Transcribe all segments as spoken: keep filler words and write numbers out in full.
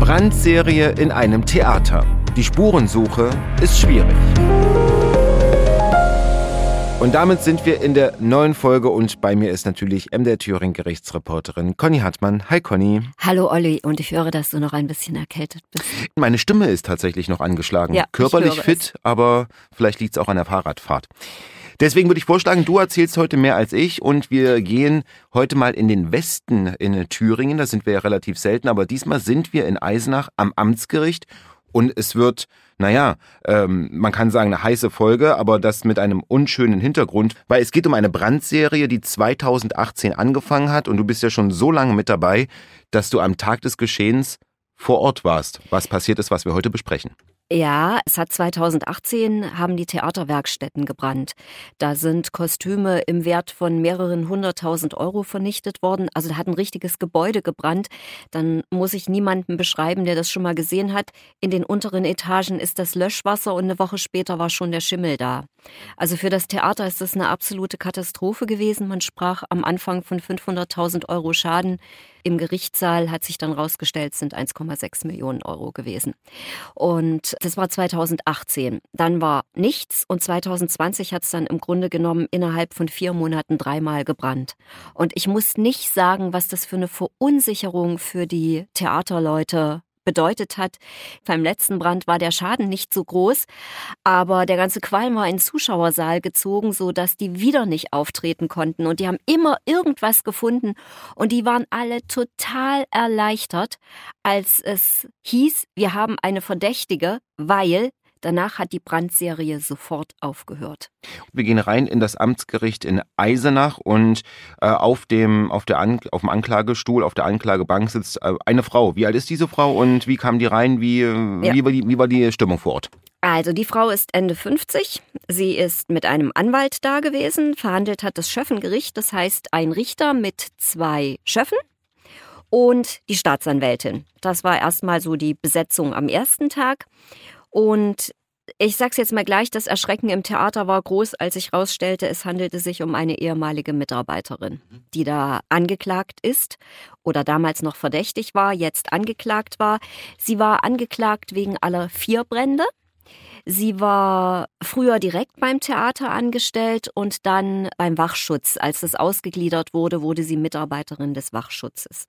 Brandserie in einem Theater. Die Spurensuche ist schwierig. Und damit sind wir in der neuen Folge und bei mir ist natürlich M D R Thüringen Gerichtsreporterin Conny Hartmann. Hi Conny. Hallo Olli, und ich höre, dass du noch ein bisschen erkältet bist. Meine Stimme ist tatsächlich noch angeschlagen. Ja, körperlich fit, es. aber vielleicht liegt es auch an der Fahrradfahrt. Deswegen würde ich vorschlagen, du erzählst heute mehr als ich und wir gehen heute mal in den Westen in Thüringen. Da sind wir ja relativ selten, aber diesmal sind wir in Eisenach am Amtsgericht und es wird, naja, ähm, man kann sagen eine heiße Folge, aber das mit einem unschönen Hintergrund, weil es geht um eine Brandserie, die zweitausendachtzehn angefangen hat und du bist ja schon so lange mit dabei, dass du am Tag des Geschehens vor Ort warst. Was passiert ist, was wir heute besprechen. Ja, es hat zweitausendachtzehn haben die Theaterwerkstätten gebrannt. Da sind Kostüme im Wert von mehreren hunderttausend Euro vernichtet worden. Also da hat ein richtiges Gebäude gebrannt. Dann muss ich niemanden beschreiben, der das schon mal gesehen hat. In den unteren Etagen ist das Löschwasser und eine Woche später war schon der Schimmel da. Also für das Theater ist das eine absolute Katastrophe gewesen. Man sprach am Anfang von fünfhunderttausend Euro Schaden. Im Gerichtssaal hat sich dann rausgestellt, es sind eins Komma sechs Millionen Euro gewesen. Und das war zweitausendachtzehn. Dann war nichts und zweitausendzwanzig hat es dann im Grunde genommen innerhalb von vier Monaten dreimal gebrannt. Und ich muss nicht sagen, was das für eine Verunsicherung für die Theaterleute bedeutet hat. Beim letzten Brand war der Schaden nicht so groß, aber der ganze Qualm war in den Zuschauersaal gezogen, sodass die wieder nicht auftreten konnten. Und die haben immer irgendwas gefunden und die waren alle total erleichtert, als es hieß, wir haben eine Verdächtige, weil danach hat die Brandserie sofort aufgehört. Wir gehen rein in das Amtsgericht in Eisenach und äh, auf, dem, auf, der An- auf dem Anklagestuhl, auf der Anklagebank sitzt äh, eine Frau. Wie alt ist diese Frau und wie kam die rein? Wie, äh, Ja. wie, war die, wie war die Stimmung vor Ort? Also die Frau ist Ende fünfzig. Sie ist mit einem Anwalt da gewesen. Verhandelt hat das Schöffengericht, das heißt ein Richter mit zwei Schöffen und die Staatsanwältin. Das war erstmal so die Besetzung am ersten Tag. Und ich sag's jetzt mal gleich, das Erschrecken im Theater war groß, als sich herausstellte, es handelte sich um eine ehemalige Mitarbeiterin, die da angeklagt ist oder damals noch verdächtig war, jetzt angeklagt war. Sie war angeklagt wegen aller vier Brände. Sie war früher direkt beim Theater angestellt und dann beim Wachschutz. Als das ausgegliedert wurde, wurde sie Mitarbeiterin des Wachschutzes.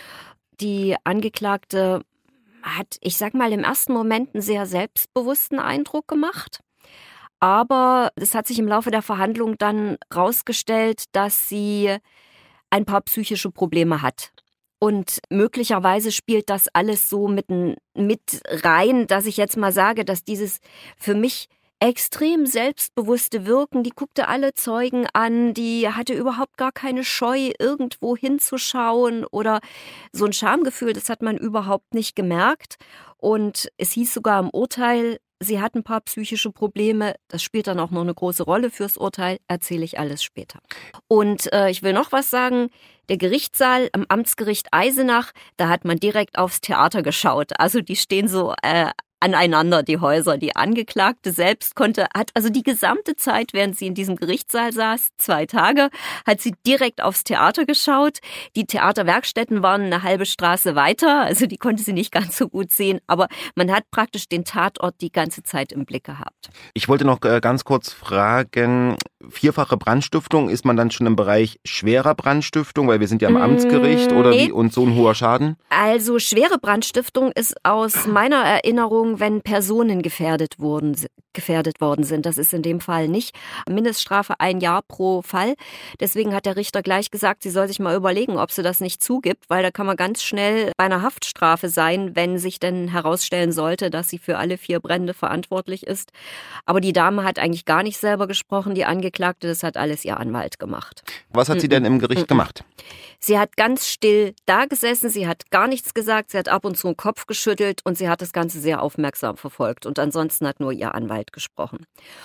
Die Angeklagte hat, ich sag mal, im ersten Moment einen sehr selbstbewussten Eindruck gemacht. Aber es hat sich im Laufe der Verhandlung dann rausgestellt, dass sie ein paar psychische Probleme hat. Und möglicherweise spielt das alles so mit, mit rein, dass ich jetzt mal sage, dass dieses für mich extrem selbstbewusste Wirken, die guckte alle Zeugen an, die hatte überhaupt gar keine Scheu, irgendwo hinzuschauen oder so ein Schamgefühl, das hat man überhaupt nicht gemerkt. Und es hieß sogar im Urteil, sie hat ein paar psychische Probleme, das spielt dann auch noch eine große Rolle fürs Urteil, erzähle ich alles später. Und äh, ich will noch was sagen, der Gerichtssaal am Amtsgericht Eisenach, da hat man direkt aufs Theater geschaut, also die stehen so äh, aneinander, die Häuser. Die Angeklagte selbst konnte, hat also die gesamte Zeit, während sie in diesem Gerichtssaal saß, zwei Tage, hat sie direkt aufs Theater geschaut. Die Theaterwerkstätten waren eine halbe Straße weiter, also die konnte sie nicht ganz so gut sehen, aber man hat praktisch den Tatort die ganze Zeit im Blick gehabt. Ich wollte noch äh, ganz kurz fragen, vierfache Brandstiftung, ist man dann schon im Bereich schwerer Brandstiftung, weil wir sind ja am Amtsgericht oder nee. wie und so ein hoher Schaden? Also schwere Brandstiftung ist aus meiner Erinnerung, wenn Personen gefährdet wurden, gefährdet worden sind. Das ist in dem Fall nicht. Mindeststrafe ein Jahr pro Fall. Deswegen hat der Richter gleich gesagt, sie soll sich mal überlegen, ob sie das nicht zugibt, weil da kann man ganz schnell bei einer Haftstrafe sein, wenn sich denn herausstellen sollte, dass sie für alle vier Brände verantwortlich ist. Aber die Dame hat eigentlich gar nicht selber gesprochen, die Angeklagte, das hat alles ihr Anwalt gemacht. Was hat sie denn im Gericht gemacht? Sie hat ganz still da gesessen, sie hat gar nichts gesagt, sie hat ab und zu den Kopf geschüttelt und sie hat das Ganze sehr aufmerksam verfolgt. Und ansonsten hat nur ihr Anwalt gesprochen.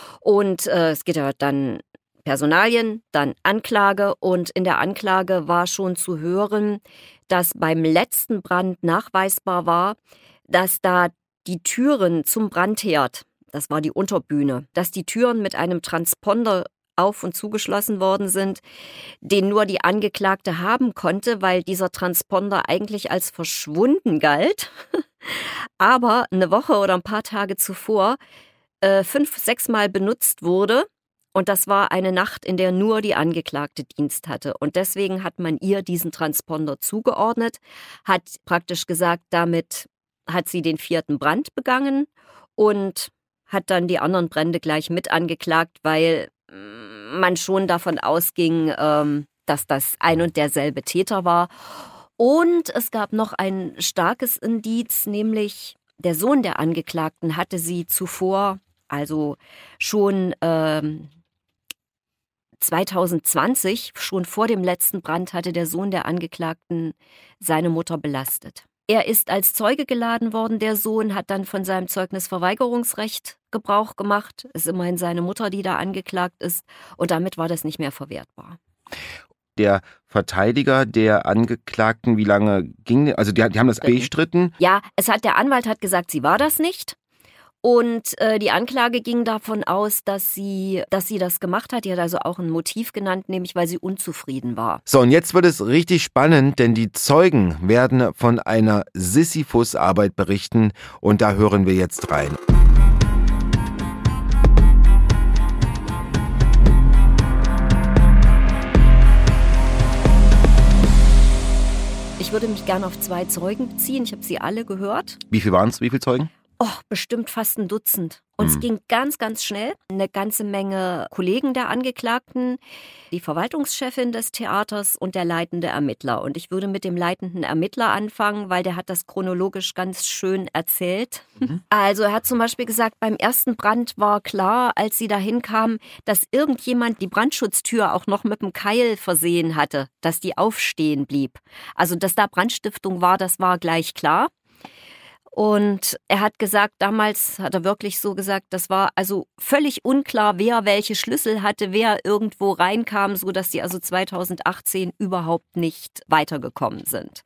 Und äh, es geht ja dann Personalien, dann Anklage. Und in der Anklage war schon zu hören, dass beim letzten Brand nachweisbar war, dass da die Türen zum Brandherd, das war die Unterbühne, dass die Türen mit einem Transponder auf- und zugeschlossen worden sind, den nur die Angeklagte haben konnte, weil dieser Transponder eigentlich als verschwunden galt. aber eine Woche oder ein paar Tage zuvor äh, fünf, sechs Mal benutzt wurde. Und das war eine Nacht, in der nur die Angeklagte Dienst hatte. Und deswegen hat man ihr diesen Transponder zugeordnet, hat praktisch gesagt, damit hat sie den vierten Brand begangen und hat dann die anderen Brände gleich mit angeklagt, weil man schon davon ausging, ähm, dass das ein und derselbe Täter war. Und es gab noch ein starkes Indiz, nämlich der Sohn der Angeklagten hatte sie zuvor, also schon ähm, zwanzig zwanzig, schon vor dem letzten Brand, hatte der Sohn der Angeklagten seine Mutter belastet. Er ist als Zeuge geladen worden, der Sohn, hat dann von seinem Zeugnisverweigerungsrecht Gebrauch gemacht. Es ist immerhin seine Mutter, die da angeklagt ist. Und damit war das nicht mehr verwertbar. Der Verteidiger der Angeklagten, wie lange ging, also die, die haben das bestritten? Ja, es hat, der Anwalt hat gesagt, sie war das nicht. Und äh, die Anklage ging davon aus, dass sie, dass sie das gemacht hat. Die hat also auch ein Motiv genannt, nämlich weil sie unzufrieden war. So, und jetzt wird es richtig spannend, denn die Zeugen werden von einer Sisyphus-Arbeit berichten und da hören wir jetzt rein. Ich würde mich gerne auf zwei Zeugen beziehen. Ich habe sie alle gehört. Wie viel waren es? Wie viele Zeugen? Oh, bestimmt fast ein Dutzend. Und hm. es ging ganz, ganz schnell. Eine ganze Menge Kollegen der Angeklagten, die Verwaltungschefin des Theaters und der leitende Ermittler. Und ich würde mit dem leitenden Ermittler anfangen, weil der hat das chronologisch ganz schön erzählt. Mhm. Also er hat zum Beispiel gesagt, beim ersten Brand war klar, als sie dahin kamen, dass irgendjemand die Brandschutztür auch noch mit einem Keil versehen hatte, dass die aufstehen blieb. Also dass da Brandstiftung war, das war gleich klar. Und er hat gesagt, damals hat er wirklich so gesagt, das war also völlig unklar, wer welche Schlüssel hatte, wer irgendwo reinkam, sodass sie also zweitausendachtzehn überhaupt nicht weitergekommen sind.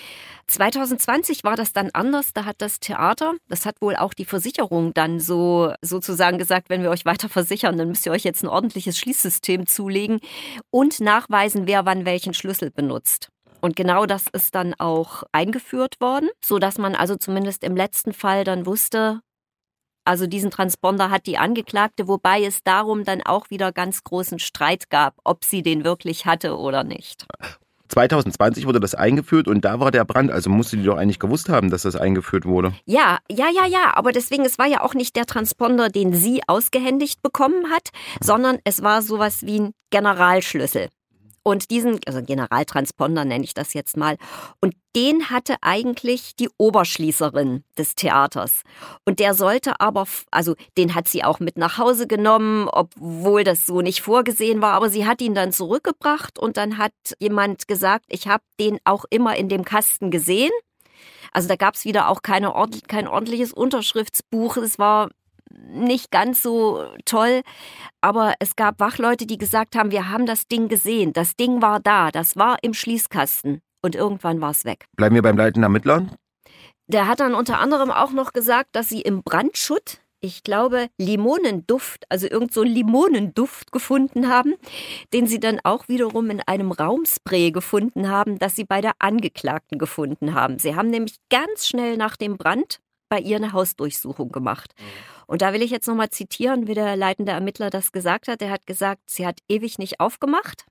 zwanzig zwanzig war das dann anders, da hat das Theater, das hat wohl auch die Versicherung dann so sozusagen gesagt, wenn wir euch weiter versichern, dann müsst ihr euch jetzt ein ordentliches Schließsystem zulegen und nachweisen, wer wann welchen Schlüssel benutzt. Und genau das ist dann auch eingeführt worden, sodass man also zumindest im letzten Fall dann wusste, also diesen Transponder hat die Angeklagte, wobei es darum dann auch wieder ganz großen Streit gab, ob sie den wirklich hatte oder nicht. zwanzig zwanzig wurde das eingeführt und da war der Brand, also musste die doch eigentlich gewusst haben, dass das eingeführt wurde. Ja, ja, ja, ja, aber deswegen, es war ja auch nicht der Transponder, den sie ausgehändigt bekommen hat, sondern es war sowas wie ein Generalschlüssel. Und diesen, also Generaltransponder nenne ich das jetzt mal, und den hatte eigentlich die Oberschließerin des Theaters. Und der sollte aber, also den hat sie auch mit nach Hause genommen, obwohl das so nicht vorgesehen war, aber sie hat ihn dann zurückgebracht und dann hat jemand gesagt, ich habe den auch immer in dem Kasten gesehen. Also da gab es wieder auch keine, kein ordentliches Unterschriftsbuch, es war nicht ganz so toll, aber es gab Wachleute, die gesagt haben, wir haben das Ding gesehen, das Ding war da, das war im Schließkasten und irgendwann war es weg. Bleiben wir beim leitenden Ermittler? Der hat dann unter anderem auch noch gesagt, dass sie im Brandschutt, ich glaube, Limonenduft, also irgend so einen Limonenduft gefunden haben, den sie dann auch wiederum in einem Raumspray gefunden haben, das sie bei der Angeklagten gefunden haben. Sie haben nämlich ganz schnell nach dem Brand bei ihr eine Hausdurchsuchung gemacht. Mhm. Und da will ich jetzt nochmal zitieren, wie der leitende Ermittler das gesagt hat. Er hat gesagt, sie hat ewig nicht aufgemacht.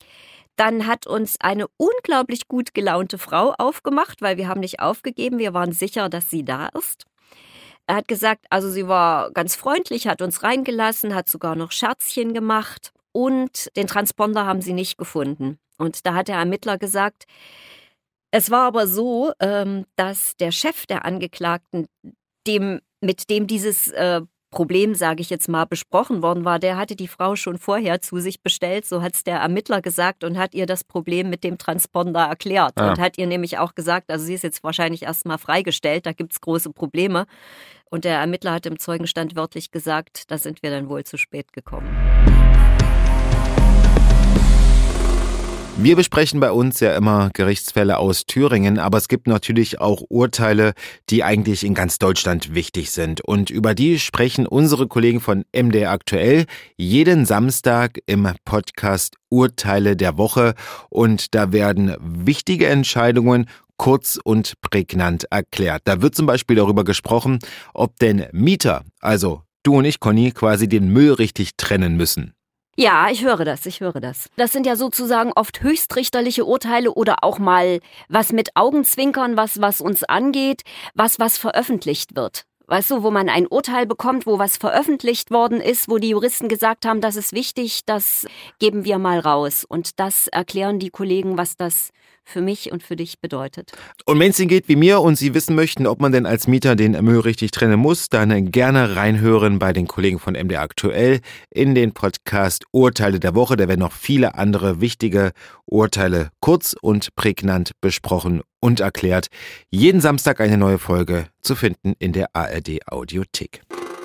Dann hat uns eine unglaublich gut gelaunte Frau aufgemacht, weil wir haben nicht aufgegeben. Wir waren sicher, dass sie da ist. Er hat gesagt, also sie war ganz freundlich, hat uns reingelassen, hat sogar noch Scherzchen gemacht. Und den Transponder haben sie nicht gefunden. Und da hat der Ermittler gesagt, es war aber so, dass der Chef der Angeklagten, dem, mit dem dieses äh, Problem, sage ich jetzt mal, besprochen worden war, der hatte die Frau schon vorher zu sich bestellt, so hat es der Ermittler gesagt und hat ihr das Problem mit dem Transponder erklärt. Ah. Und hat ihr nämlich auch gesagt, also sie ist jetzt wahrscheinlich erst mal freigestellt, da gibt es große Probleme. Und der Ermittler hat im Zeugenstand wörtlich gesagt, da sind wir dann wohl zu spät gekommen. Wir besprechen bei uns ja immer Gerichtsfälle aus Thüringen, aber es gibt natürlich auch Urteile, die eigentlich in ganz Deutschland wichtig sind. Und über die sprechen unsere Kollegen von M D R Aktuell jeden Samstag im Podcast Urteile der Woche. Und da werden wichtige Entscheidungen kurz und prägnant erklärt. Da wird zum Beispiel darüber gesprochen, ob denn Mieter, also du und ich, Conny, quasi den Müll richtig trennen müssen. Ja, ich höre das, ich höre das. Das sind ja sozusagen oft höchstrichterliche Urteile oder auch mal was mit Augenzwinkern, was, was uns angeht, was, was veröffentlicht wird. Weißt du, wo man ein Urteil bekommt, wo was veröffentlicht worden ist, wo die Juristen gesagt haben, das ist wichtig, das geben wir mal raus. Und das erklären die Kollegen, was das für mich und für dich bedeutet. Und wenn es Ihnen geht wie mir und Sie wissen möchten, ob man denn als Mieter den Müll richtig trennen muss, dann gerne reinhören bei den Kollegen von M D R Aktuell in den Podcast Urteile der Woche. Da werden noch viele andere wichtige Urteile kurz und prägnant besprochen und erklärt. Jeden Samstag eine neue Folge zu finden in der A R D Audiothek.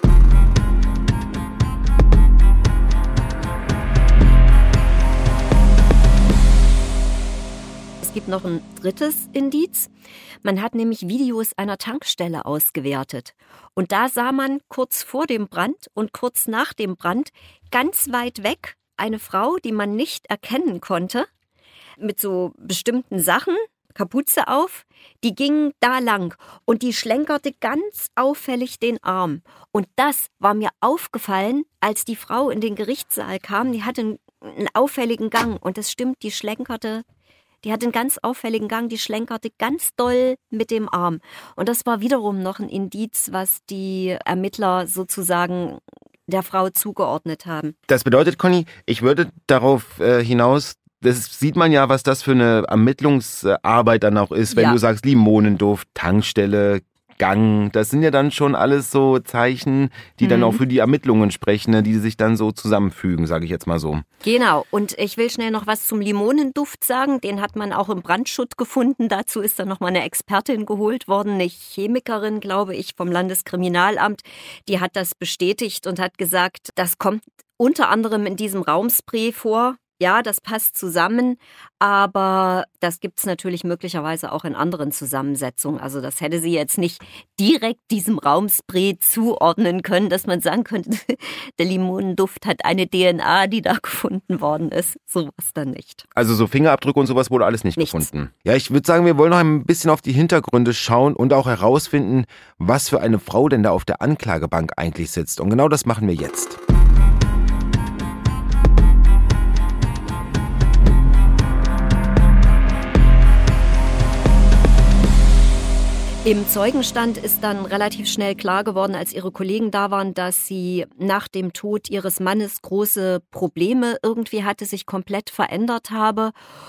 Es gibt noch ein drittes Indiz. Man hat nämlich Videos einer Tankstelle ausgewertet. Und da sah man kurz vor dem Brand und kurz nach dem Brand ganz weit weg eine Frau, die man nicht erkennen konnte, mit so bestimmten Sachen, Kapuze auf, die ging da lang und die schlenkerte ganz auffällig den Arm. Und das war mir aufgefallen, als die Frau in den Gerichtssaal kam. Die hatte einen, einen auffälligen Gang und das stimmt, die schlenkerte, die hatte einen ganz auffälligen Gang, die schlenkerte ganz doll mit dem Arm. Und das war wiederum noch ein Indiz, was die Ermittler sozusagen der Frau zugeordnet haben. Das bedeutet, Conny, ich würde darauf äh, hinaus, das sieht man ja, was das für eine Ermittlungsarbeit dann auch ist, wenn Ja. du sagst Limonenduft, Tankstelle, Gang, das sind ja dann schon alles so Zeichen, die mhm. dann auch für die Ermittlungen sprechen, ne, die sich dann so zusammenfügen, sage ich jetzt mal so. Genau, und ich will schnell noch was zum Limonenduft sagen, den hat man auch im Brandschutt gefunden, dazu ist dann nochmal eine Expertin geholt worden, eine Chemikerin, glaube ich, vom Landeskriminalamt, die hat das bestätigt und hat gesagt, das kommt unter anderem in diesem Raumspray vor. Ja, das passt zusammen, aber das gibt es natürlich möglicherweise auch in anderen Zusammensetzungen. Also das hätte sie jetzt nicht direkt diesem Raumspray zuordnen können, dass man sagen könnte, der Limonenduft hat eine D N A, die da gefunden worden ist. Sowas dann nicht. Also so Fingerabdrücke und sowas wurde alles nicht Nichts. gefunden. Ja, ich würde sagen, wir wollen noch ein bisschen auf die Hintergründe schauen und auch herausfinden, was für eine Frau denn da auf der Anklagebank eigentlich sitzt. Und genau das machen wir jetzt. Im Zeugenstand ist dann relativ schnell klar geworden, als ihre Kollegen da waren, dass sie nach dem Tod ihres Mannes große Probleme irgendwie hatte, sich komplett verändert habe.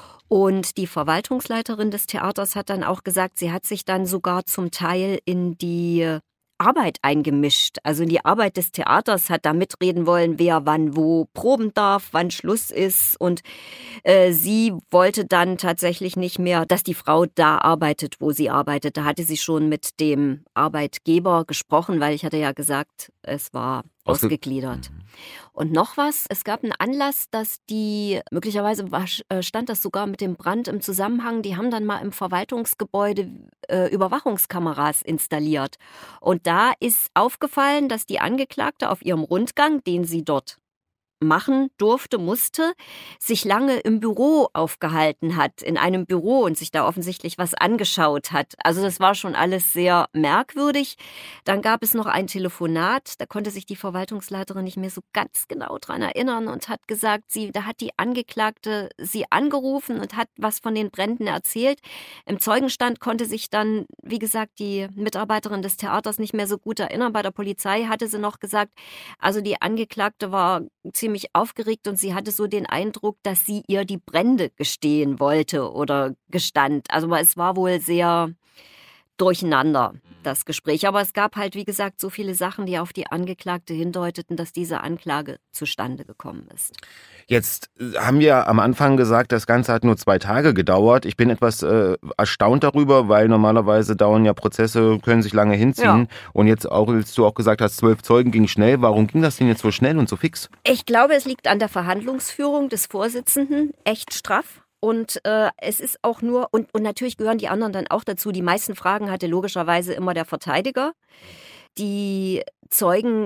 Und die Verwaltungsleiterin des Theaters hat dann auch gesagt, sie hat sich dann sogar zum Teil in die Arbeit eingemischt, also in die Arbeit des Theaters, hat da mitreden wollen, wer wann wo proben darf, wann Schluss ist und äh, sie wollte dann tatsächlich nicht mehr, dass die Frau da arbeitet, wo sie arbeitet. Da hatte sie schon mit dem Arbeitgeber gesprochen, weil ich hatte ja gesagt, es war ausgegliedert. Mhm. Und noch was, es gab einen Anlass, dass die, möglicherweise war, stand das sogar mit dem Brand im Zusammenhang, die haben dann mal im Verwaltungsgebäude äh, Überwachungskameras installiert. Und da ist aufgefallen, dass die Angeklagte auf ihrem Rundgang, den sie dort machen durfte, musste, sich lange im Büro aufgehalten hat, in einem Büro und sich da offensichtlich was angeschaut hat. Also das war schon alles sehr merkwürdig. Dann gab es noch ein Telefonat, da konnte sich die Verwaltungsleiterin nicht mehr so ganz genau dran erinnern und hat gesagt, sie, da hat die Angeklagte sie angerufen und hat was von den Bränden erzählt. Im Zeugenstand konnte sich dann, wie gesagt, die Mitarbeiterin des Theaters nicht mehr so gut erinnern. Bei der Polizei hatte sie noch gesagt, also die Angeklagte war ziemlich aufgeregt und sie hatte so den Eindruck, dass sie ihr die Brände gestehen wollte oder gestand. Also es war wohl sehr durcheinander, das Gespräch. Aber es gab halt, wie gesagt, so viele Sachen, die auf die Angeklagte hindeuteten, dass diese Anklage zustande gekommen ist. Jetzt haben wir am Anfang gesagt, das Ganze hat nur zwei Tage gedauert. Ich bin etwas äh, erstaunt darüber, weil normalerweise dauern ja Prozesse, können sich lange hinziehen. Ja. Und jetzt auch, als du auch gesagt hast, zwölf Zeugen ging schnell. Warum ging das denn jetzt so schnell und so fix? Ich glaube, es liegt an der Verhandlungsführung des Vorsitzenden, echt straff. Und äh, es ist auch nur, und, und natürlich gehören die anderen dann auch dazu, die meisten Fragen hatte logischerweise immer der Verteidiger. Die Zeugen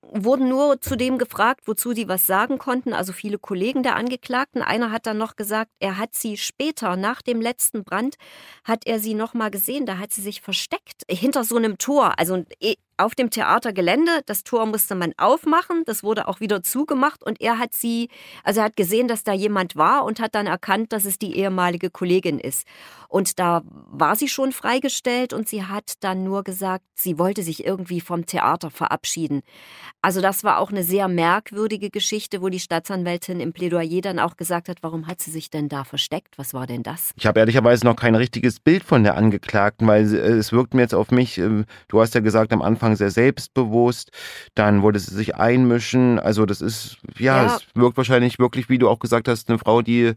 wurden nur zu dem gefragt, wozu die was sagen konnten, also viele Kollegen der Angeklagten. Einer hat dann noch gesagt, er hat sie später, nach dem letzten Brand, hat er sie noch mal gesehen, da hat sie sich versteckt, hinter so einem Tor, also auf dem Theatergelände. Das Tor musste man aufmachen, das wurde auch wieder zugemacht und er hat sie, also er hat gesehen, dass da jemand war und hat dann erkannt, dass es die ehemalige Kollegin ist. Und da war sie schon freigestellt und sie hat dann nur gesagt, sie wollte sich irgendwie vom Theater verabschieden. Also das war auch eine sehr merkwürdige Geschichte, wo die Staatsanwältin im Plädoyer dann auch gesagt hat, warum hat sie sich denn da versteckt? Was war denn das? Ich habe ehrlicherweise noch kein richtiges Bild von der Angeklagten, weil es wirkt mir jetzt auf mich, du hast ja gesagt, am Anfang sehr selbstbewusst, dann wollte sie sich einmischen, also das ist, ja, ja. Es wirkt wahrscheinlich wirklich, wie du auch gesagt hast, eine Frau, die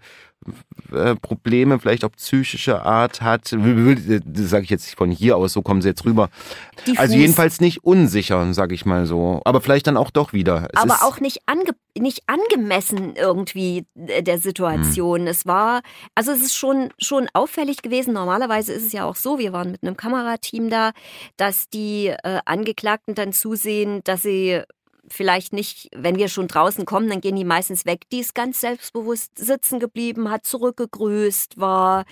äh, Probleme vielleicht auch psychischer Art hat, das sage ich jetzt von hier aus, so kommen sie jetzt rüber. Diffus. Also jedenfalls nicht unsicher, sage ich mal so, aber vielleicht dann auch doch wieder. Es aber ist auch nicht, ange, nicht angemessen irgendwie der Situation. Hm. Es war, also es ist schon, schon auffällig gewesen, normalerweise ist es ja auch so, wir waren mit einem Kamerateam da, dass die äh, Angeklagten dann zusehen, dass sie vielleicht nicht, wenn wir schon draußen kommen, dann gehen die meistens weg. Die ist ganz selbstbewusst sitzen geblieben, hat zurückgegrüßt, war,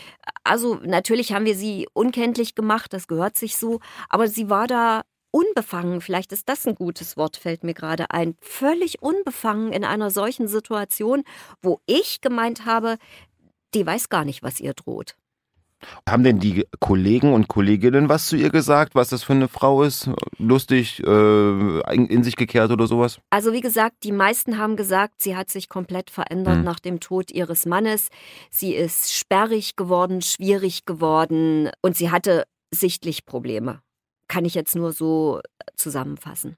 also natürlich haben wir sie unkenntlich gemacht, das gehört sich so, aber sie war da unbefangen, vielleicht ist das ein gutes Wort, fällt mir gerade ein, völlig unbefangen in einer solchen Situation, wo ich gemeint habe, die weiß gar nicht, was ihr droht. Haben denn die Kollegen und Kolleginnen was zu ihr gesagt, was das für eine Frau ist? Lustig, äh, in sich gekehrt oder sowas? Also wie gesagt, die meisten haben gesagt, sie hat sich komplett verändert hm. nach dem Tod ihres Mannes. Sie ist sperrig geworden, schwierig geworden und sie hatte sichtlich Probleme. Kann ich jetzt nur so zusammenfassen.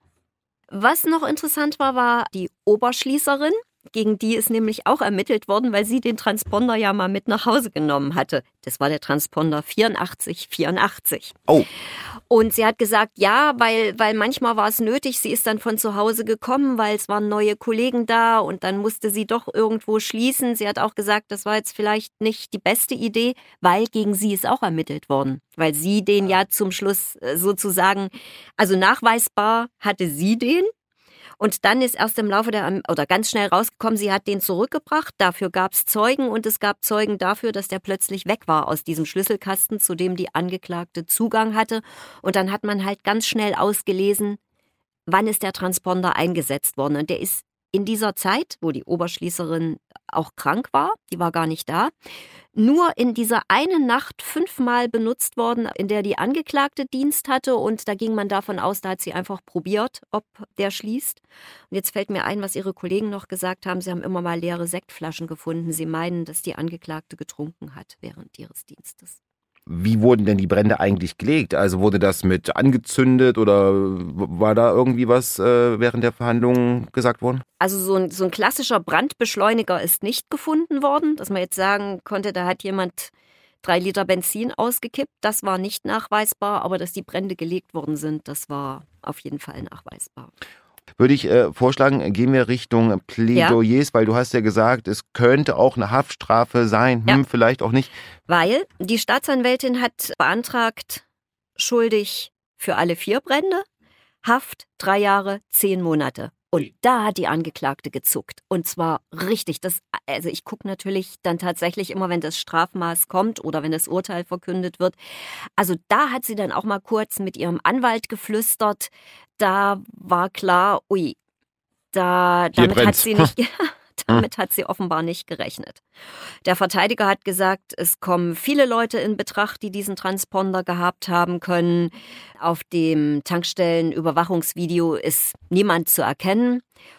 Was noch interessant war, war die Oberschließerin. Gegen die ist nämlich auch ermittelt worden, weil sie den Transponder ja mal mit nach Hause genommen hatte. Das war der Transponder vierundachtzig vierundachtzig. Oh. Und sie hat gesagt, ja, weil, weil manchmal war es nötig, sie ist dann von zu Hause gekommen, weil es waren neue Kollegen da und dann musste sie doch irgendwo schließen. Sie hat auch gesagt, das war jetzt vielleicht nicht die beste Idee, weil gegen sie ist auch ermittelt worden. Weil sie den ja zum Schluss sozusagen, also nachweisbar hatte sie den. Und dann ist erst im Laufe der, oder ganz schnell rausgekommen, sie hat den zurückgebracht. Dafür gab es Zeugen und es gab Zeugen dafür, dass der plötzlich weg war aus diesem Schlüsselkasten, zu dem die Angeklagte Zugang hatte. Und dann hat man halt ganz schnell ausgelesen, wann ist der Transponder eingesetzt worden. Und der ist in dieser Zeit, wo die Oberschließerin auch krank war, die war gar nicht da, nur in dieser einen Nacht fünfmal benutzt worden, in der die Angeklagte Dienst hatte. Und da ging man davon aus, da hat sie einfach probiert, ob der schließt. Und jetzt fällt mir ein, was ihre Kollegen noch gesagt haben. Sie haben immer mal leere Sektflaschen gefunden. Sie meinen, dass die Angeklagte getrunken hat während ihres Dienstes. Wie wurden denn die Brände eigentlich gelegt? Also wurde das mit angezündet oder war da irgendwie was äh, während der Verhandlungen gesagt worden? Also so ein, so ein klassischer Brandbeschleuniger ist nicht gefunden worden, dass man jetzt sagen konnte, da hat jemand drei Liter Benzin ausgekippt. Das war nicht nachweisbar, aber dass die Brände gelegt worden sind, das war auf jeden Fall nachweisbar. Würde ich äh, vorschlagen, gehen wir Richtung Plädoyers, ja. Weil du hast ja gesagt, es könnte auch eine Haftstrafe sein, hm, ja. Vielleicht auch nicht. Weil die Staatsanwältin hat beantragt, schuldig für alle vier Brände, Haft drei Jahre, zehn Monate. Und da hat die Angeklagte gezuckt. Und zwar richtig. Das, also ich gucke natürlich dann tatsächlich immer, wenn das Strafmaß kommt oder wenn das Urteil verkündet wird. Also da hat sie dann auch mal kurz mit ihrem Anwalt geflüstert. Da war klar, ui, da, damit hat sie nicht... Damit hat sie offenbar nicht gerechnet. Der Verteidiger hat gesagt, es kommen viele Leute in Betracht, die diesen Transponder gehabt haben können. Auf dem Tankstellenüberwachungsvideo ist niemand zu erkennen.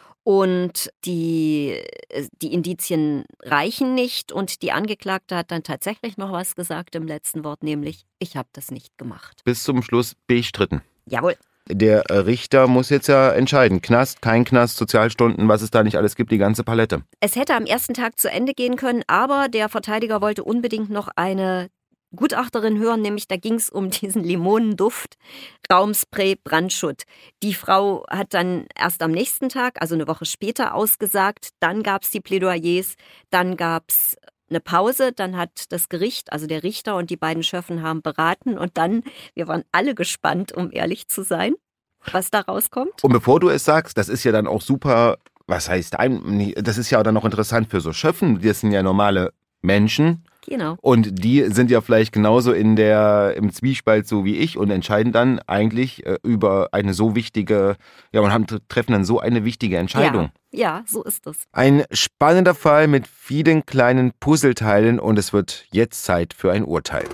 Und die, die Indizien reichen nicht. Und die Angeklagte hat dann tatsächlich noch was gesagt im letzten Wort, nämlich, ich habe das nicht gemacht. Bis zum Schluss bestritten. Jawohl. Der Richter muss jetzt ja entscheiden. Knast, kein Knast, Sozialstunden, was es da nicht alles gibt, die ganze Palette. Es hätte am ersten Tag zu Ende gehen können, aber der Verteidiger wollte unbedingt noch eine Gutachterin hören, nämlich da ging es um diesen Limonenduft, Raumspray, Brandschutt. Die Frau hat dann erst am nächsten Tag, also eine Woche später, ausgesagt. Dann gab es die Plädoyers, dann gab es eine Pause, dann hat das Gericht, also der Richter und die beiden Schöffen haben beraten und dann, wir waren alle gespannt, um ehrlich zu sein, was da rauskommt. Und bevor du es sagst, das ist ja dann auch super, was heißt, ein, das ist ja dann auch interessant für so Schöffen, das sind ja normale Menschen. Genau. Und die sind ja vielleicht genauso in der, im Zwiespalt so wie ich und entscheiden dann eigentlich äh, über eine so wichtige, ja, und haben, treffen dann so eine wichtige Entscheidung. Ja, ja, so ist es. Ein spannender Fall mit vielen kleinen Puzzleteilen und es wird jetzt Zeit für ein Urteil.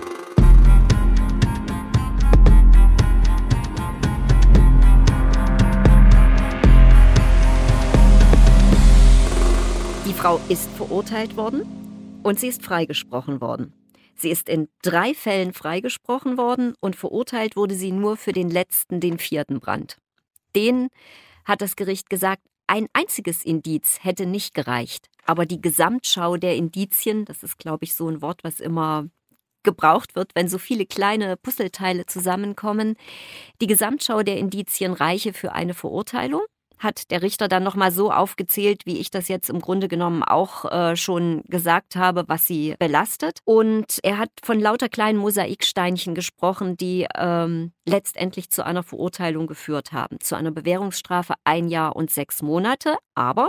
Die Frau ist verurteilt worden. Und sie ist freigesprochen worden. Sie ist in drei Fällen freigesprochen worden und verurteilt wurde sie nur für den letzten, den vierten Brand. Den hat das Gericht gesagt, ein einziges Indiz hätte nicht gereicht. Aber die Gesamtschau der Indizien, das ist, glaube ich, so ein Wort, was immer gebraucht wird, wenn so viele kleine Puzzleteile zusammenkommen. Die Gesamtschau der Indizien reiche für eine Verurteilung. Hat der Richter dann nochmal so aufgezählt, wie ich das jetzt im Grunde genommen auch äh, schon gesagt habe, was sie belastet. Und er hat von lauter kleinen Mosaiksteinchen gesprochen, die ähm, letztendlich zu einer Verurteilung geführt haben. Zu einer Bewährungsstrafe ein Jahr und sechs Monate. Aber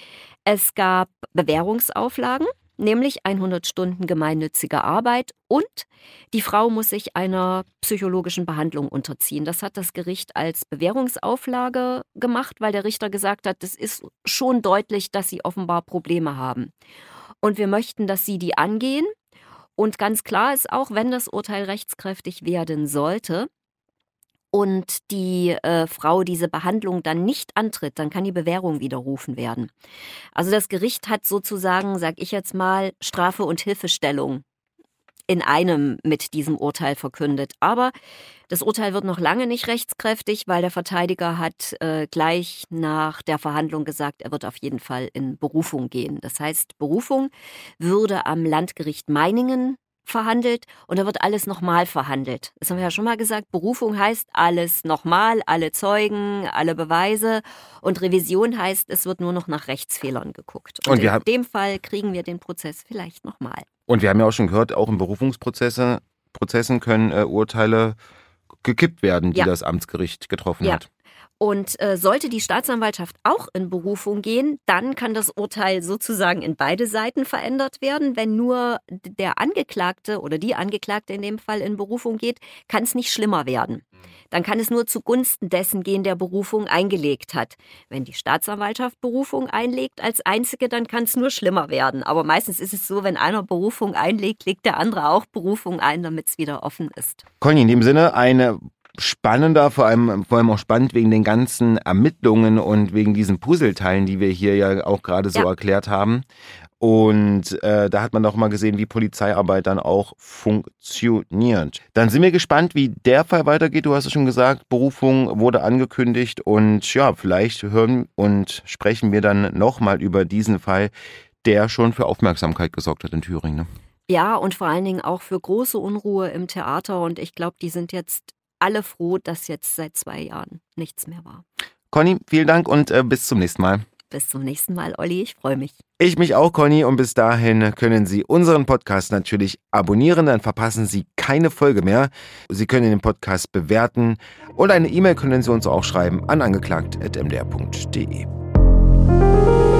es gab Bewährungsauflagen, nämlich hundert Stunden gemeinnützige Arbeit und die Frau muss sich einer psychologischen Behandlung unterziehen. Das hat das Gericht als Bewährungsauflage gemacht, weil der Richter gesagt hat, es ist schon deutlich, dass sie offenbar Probleme haben. Und wir möchten, dass sie die angehen. Und ganz klar ist auch, wenn das Urteil rechtskräftig werden sollte, und die äh, Frau diese Behandlung dann nicht antritt, dann kann die Bewährung widerrufen werden. Also das Gericht hat sozusagen, sag ich jetzt mal, Strafe und Hilfestellung in einem mit diesem Urteil verkündet. Aber das Urteil wird noch lange nicht rechtskräftig, weil der Verteidiger hat äh, gleich nach der Verhandlung gesagt, er wird auf jeden Fall in Berufung gehen. Das heißt, Berufung würde am Landgericht Meiningen verhandelt und da wird alles nochmal verhandelt. Das haben wir ja schon mal gesagt. Berufung heißt alles nochmal, alle Zeugen, alle Beweise und Revision heißt, es wird nur noch nach Rechtsfehlern geguckt. Und, und in haben, dem Fall kriegen wir den Prozess vielleicht nochmal. Und wir haben ja auch schon gehört, auch in Berufungsprozessen Prozessen können äh, Urteile gekippt werden, die ja. das Amtsgericht getroffen ja. hat. Und äh, sollte die Staatsanwaltschaft auch in Berufung gehen, dann kann das Urteil sozusagen in beide Seiten verändert werden. Wenn nur der Angeklagte oder die Angeklagte in dem Fall in Berufung geht, kann es nicht schlimmer werden. Dann kann es nur zugunsten dessen gehen, der Berufung eingelegt hat. Wenn die Staatsanwaltschaft Berufung einlegt als einzige, dann kann es nur schlimmer werden. Aber meistens ist es so, wenn einer Berufung einlegt, legt der andere auch Berufung ein, damit es wieder offen ist. Conny, in dem Sinne eine spannender, vor allem, vor allem auch spannend wegen den ganzen Ermittlungen und wegen diesen Puzzleteilen, die wir hier ja auch gerade so ja. erklärt haben. Und äh, da hat man auch mal gesehen, wie Polizeiarbeit dann auch funktioniert. Dann sind wir gespannt, wie der Fall weitergeht. Du hast es schon gesagt, Berufung wurde angekündigt und ja, vielleicht hören und sprechen wir dann nochmal über diesen Fall, der schon für Aufmerksamkeit gesorgt hat in Thüringen. Ne? Ja, und vor allen Dingen auch für große Unruhe im Theater und ich glaube, die sind jetzt alle froh, dass jetzt seit zwei Jahren nichts mehr war. Conny, vielen Dank und äh, bis zum nächsten Mal. Bis zum nächsten Mal, Olli. Ich freue mich. Ich mich auch, Conny. Und bis dahin können Sie unseren Podcast natürlich abonnieren. Dann verpassen Sie keine Folge mehr. Sie können den Podcast bewerten. Und eine E-Mail können Sie uns auch schreiben an angeklagt punkt m d r punkt d e.